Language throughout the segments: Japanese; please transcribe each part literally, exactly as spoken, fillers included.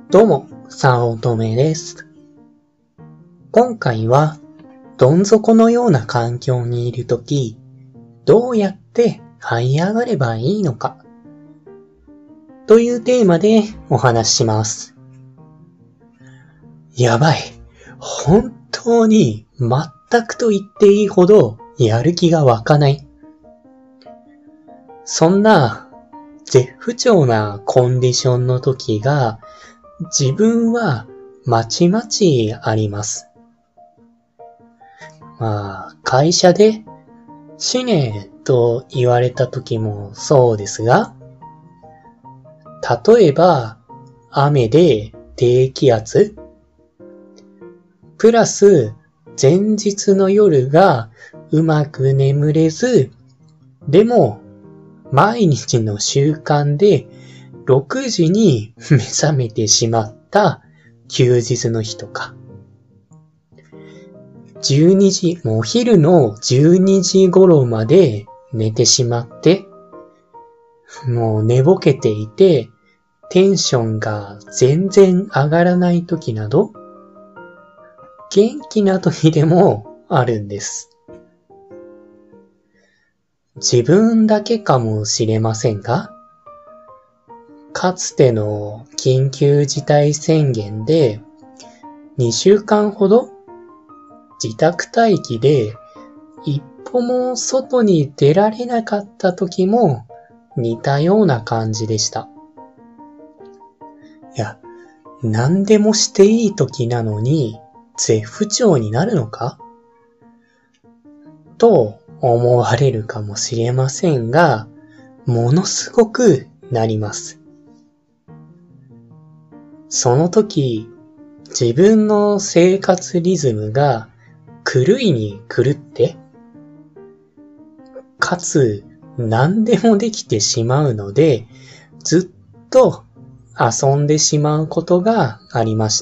どうも、さおとめです。今回は、どん底のような環境にいるとき、どうやって這い上がればいいのか、というテーマでお話しします。やばい。本当に全くと言っていいほどやる気が湧かない。そんな絶不調なコンディションの時が自分はまちまちあります。まあ、会社で死ねと言われた時もそうですが、例えば雨で低気圧、プラス前日の夜がうまく眠れず、でも毎日の習慣でろくじに目覚めてしまった休日の日とか、じゅうにじ、もうお昼のじゅうにじ頃まで寝てしまって、もう寝ぼけていてテンションが全然上がらない時など、元気な時でもあるんです。自分だけかもしれませんが、かつての緊急事態宣言でにしゅうかんほど自宅待機で一歩も外に出られなかった時も似たような感じでした。いや、何でもしていい時なのに絶不調になるのかと思われるかもしれませんが、ものすごくなります。その時、自分の生活リズムが狂いに狂って、かつ何でもできてしまうので、ずっと遊んでしまうことがありました。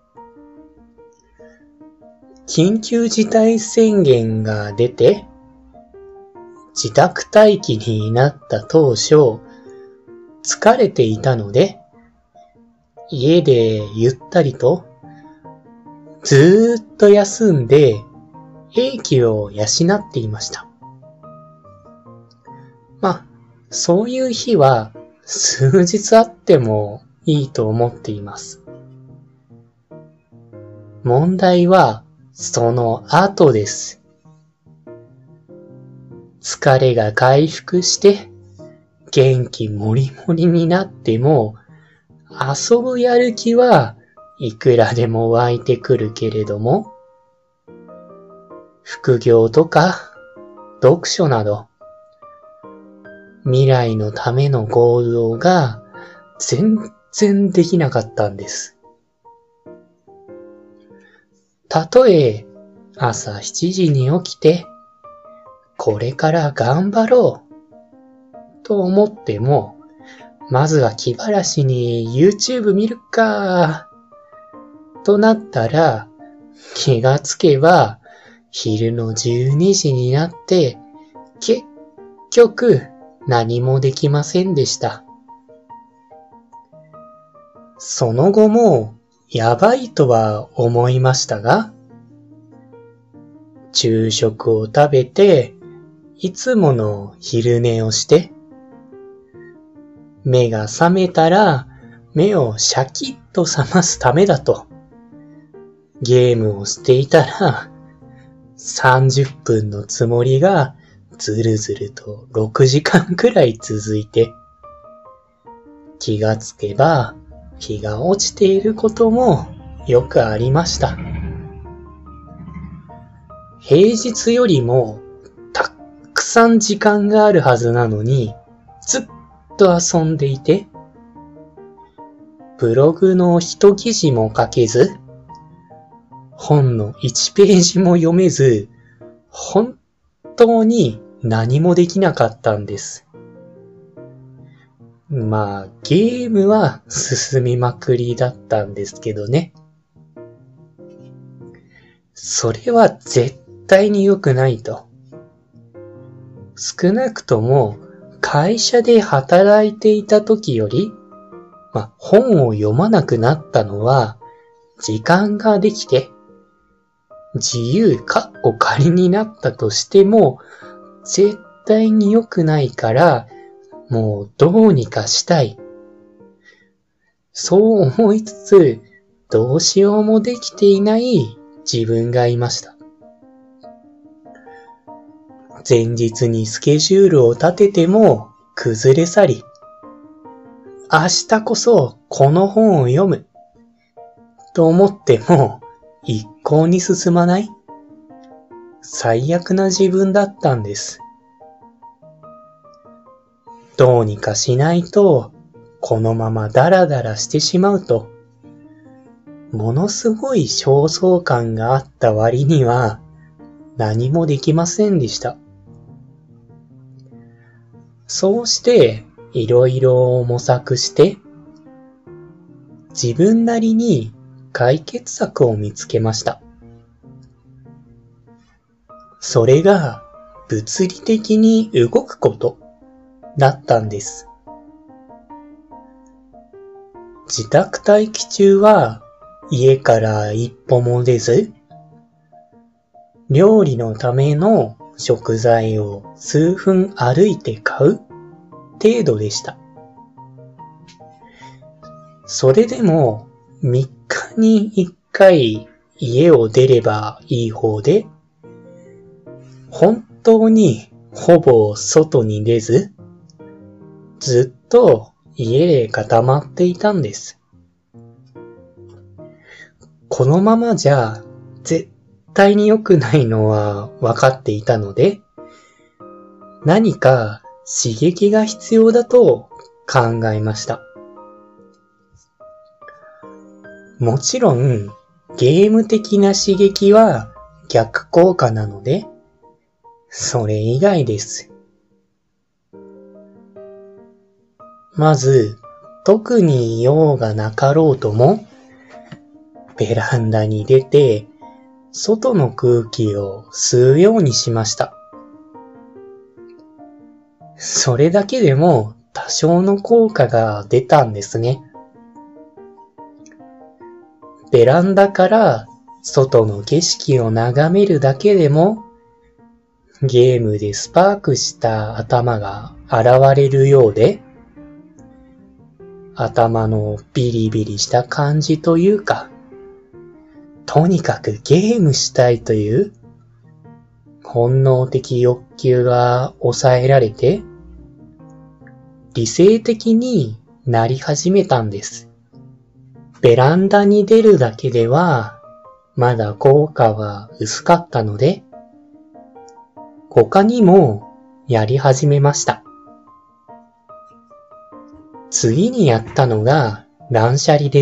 緊急事態宣言が出て、自宅待機になった当初、疲れていたので、家でゆったりと、ずーっと休んで、英気を養っていました。まあ、そういう日は数日あってもいいと思っています。問題は、その後です。疲れが回復して、元気もりもりになっても、遊ぶやる気はいくらでも湧いてくるけれども、副業とか読書など、未来のための行動が全然できなかったんです。たとえ朝しちじに起きて、これから頑張ろうと思っても、まずは気晴らしに YouTube 見るかとなったら、気がつけば昼のじゅうにじになって結局何もできませんでした。その後もやばいとは思いましたが、昼食を食べていつもの昼寝をして、目が覚めたら目をシャキッと覚ますためだとゲームをしていたら、さんじゅっぷんのつもりがずるずるとろくじかんくらい続いて、気がつけば日が落ちていることもよくありました。平日よりもたくさん時間があるはずなのに、ずっと遊んでいて、ブログの一記事も書けず、本のいちページも読めず、本当に何もできなかったんです。まあ、ゲームは進みまくりだったんですけどね。それは絶対に良くないと。少なくとも会社で働いていた時よりまあ、本を読まなくなったのは、時間ができて、自由かっこ仮になったとしても、絶対に良くないから、もうどうにかしたい。そう思いつつ、どうしようもできていない自分がいました。前日にスケジュールを立てても崩れ去り、明日こそこの本を読むと思っても一向に進まない最悪な自分だったんです。どうにかしないとこのままダラダラしてしまうと、ものすごい焦燥感があった割には何もできませんでした。そうしていろいろ模索して自分なりに解決策を見つけました。それが物理的に動くことだったんです。自宅待機中は家から一歩も出ず、料理のための食材を数分歩いて買う程度でした。それでもみっかにいっかい家を出ればいい方で、本当にほぼ外に出ず、ずっと家で固まっていたんです。このままじゃ絶対に良くないのは分かっていたので、何か刺激が必要だと考えました。もちろんゲーム的な刺激は逆効果なので、それ以外です。まず、特に用がなかろうとも、ベランダに出て、外の空気を吸うようにしました。それだけでも多少の効果が出たんですね。ベランダから外の景色を眺めるだけでも、ゲームでスパークした頭が現れるようで、頭のビリビリした感じというか、とにかくゲームしたいという本能的欲求が抑えられて、理性的になり始めたんです。ベランダに出るだけではまだ効果は薄かったので、他にもやり始めました。次にやったのが断捨離です。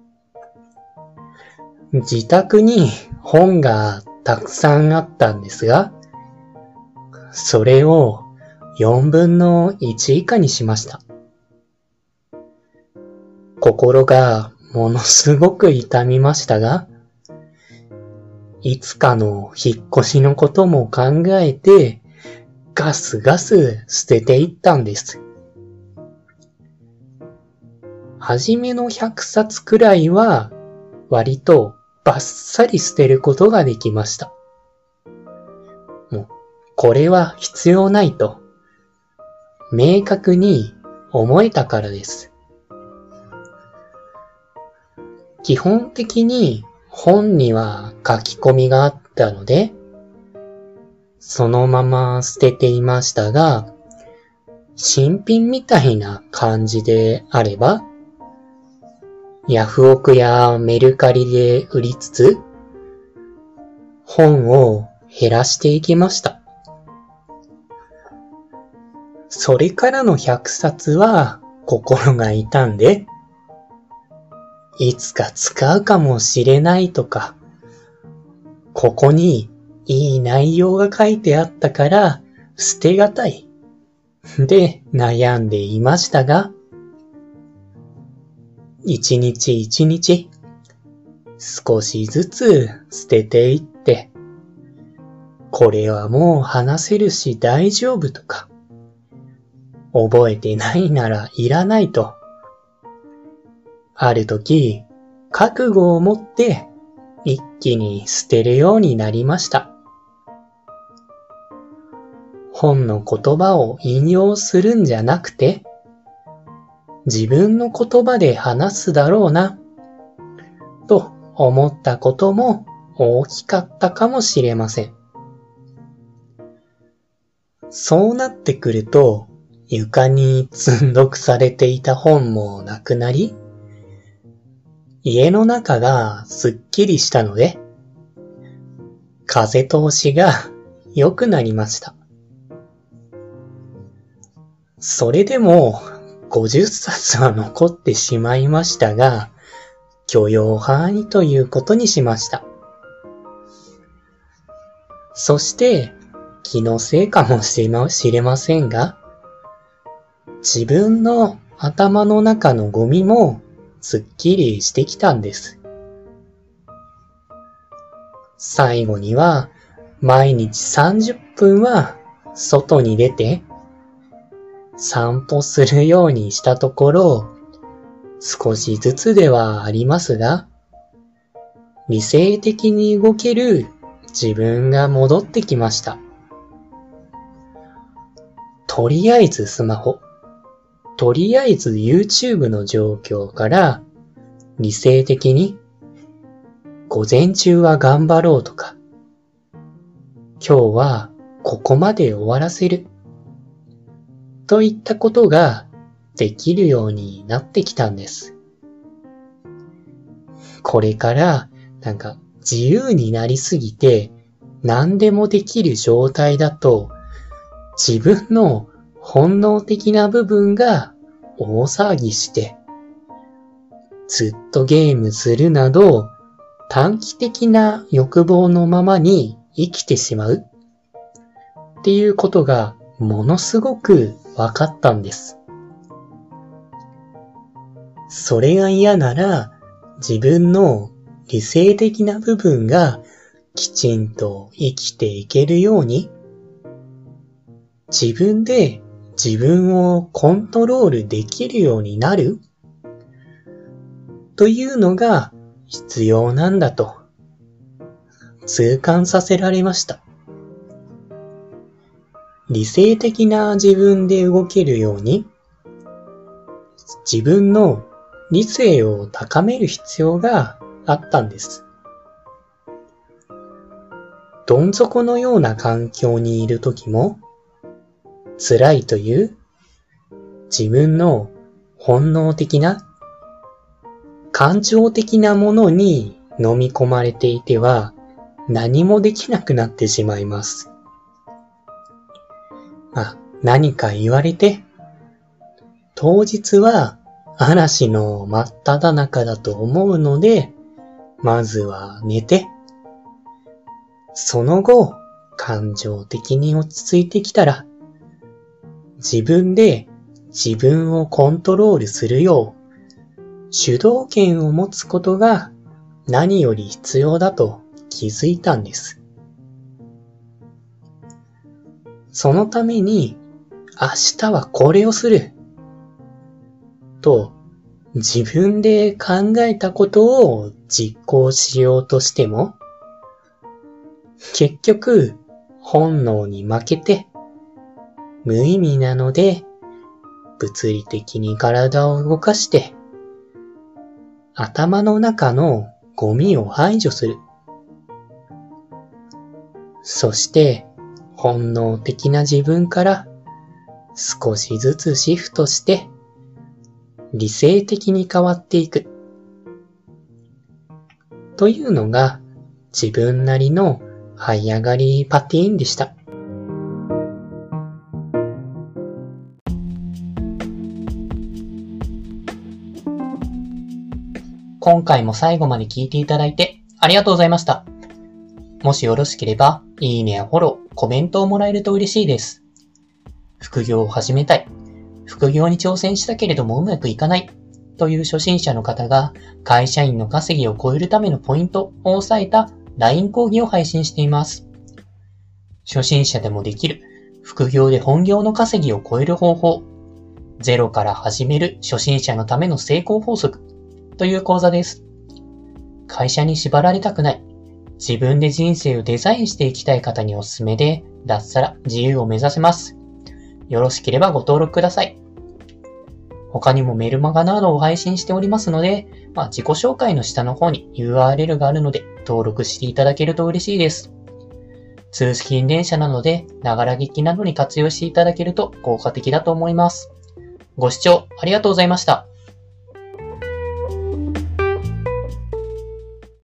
自宅に本がたくさんあったんですが、それをよんぶんのいち以下にしました。心がものすごく痛みましたが、いつかの引っ越しのことも考えて、ガスガス捨てていったんです。はじめのひゃくさつくらいは、割とバッサリ捨てることができました。もう、これは必要ないと、明確に思えたからです。基本的に本には書き込みがあったので、そのまま捨てていましたが、新品みたいな感じであれば、ヤフオクやメルカリで売りつつ、本を減らしていきました。それからのひゃくさつは心が痛んで、いつか使うかもしれないとか、ここにいい内容が書いてあったから捨てがたいで悩んでいましたが、一日一日少しずつ捨てていって、これはもう話せるし大丈夫とか、覚えてないならいらないとある時、覚悟を持って一気に捨てるようになりました。本の言葉を引用するんじゃなくて、自分の言葉で話すだろうな、と思ったことも大きかったかもしれません。そうなってくると、床に積んどくされていた本もなくなり、家の中がすっきりしたので、風通しが良くなりました。それでもごじゅっさつは残ってしまいましたが、許容範囲ということにしました。そして気のせいかもしれませんが、自分の頭の中のゴミもすっきりしてきたんです。最後には毎日さんじゅっぷんは外に出て散歩するようにしたところ、少しずつではありますが、理性的に動ける自分が戻ってきました。とりあえずスマホ、とりあえず YouTube の状況から理性的に午前中は頑張ろうとか、今日はここまで終わらせるといったことができるようになってきたんです。これからなんか自由になりすぎて何でもできる状態だと、自分の本能的な部分が大騒ぎして、ずっとゲームするなど短期的な欲望のままに生きてしまうっていうことがものすごく分かったんです。それが嫌なら自分の理性的な部分がきちんと生きていけるように、自分で自分をコントロールできるようになるというのが必要なんだと痛感させられました。理性的な自分で動けるように、自分の理性を高める必要があったんです。どん底のような環境にいるときも、辛いという自分の本能的な感情的なものに飲み込まれていては何もできなくなってしまいます。あ、何か言われて、当日は嵐の真っ只中だと思うので、まずは寝て、その後、感情的に落ち着いてきたら、自分で自分をコントロールするよう、主導権を持つことが何より必要だと気づいたんです。そのために、明日はこれをすると、自分で考えたことを実行しようとしても、結局本能に負けて無意味なので、物理的に体を動かして頭の中のゴミを排除する。そして本能的な自分から少しずつシフトして理性的に変わっていくというのが自分なりの這い上がりパティーンでした。今回も最後まで聞いていただいてありがとうございました。もしよろしければいいねやフォロー、コメントをもらえると嬉しいです。副業を始めたい、副業に挑戦したけれどもうまくいかないという初心者の方が会社員の稼ぎを超えるためのポイントを押さえたライン 講義を配信しています。初心者でもできる副業で本業の稼ぎを超える方法、ゼロから始める初心者のための成功法則、 という講座です。会社に縛られたくない、自分で人生をデザインしていきたい方におすすめで、脱サラ自由を目指せます。よろしければご登録ください。他にもメルマガなどを配信しておりますので、まあ、自己紹介の下の方に ユーアールエル があるので登録していただけると嬉しいです。通勤電車なので、ながら聞きなどに活用していただけると効果的だと思います。ご視聴ありがとうございました。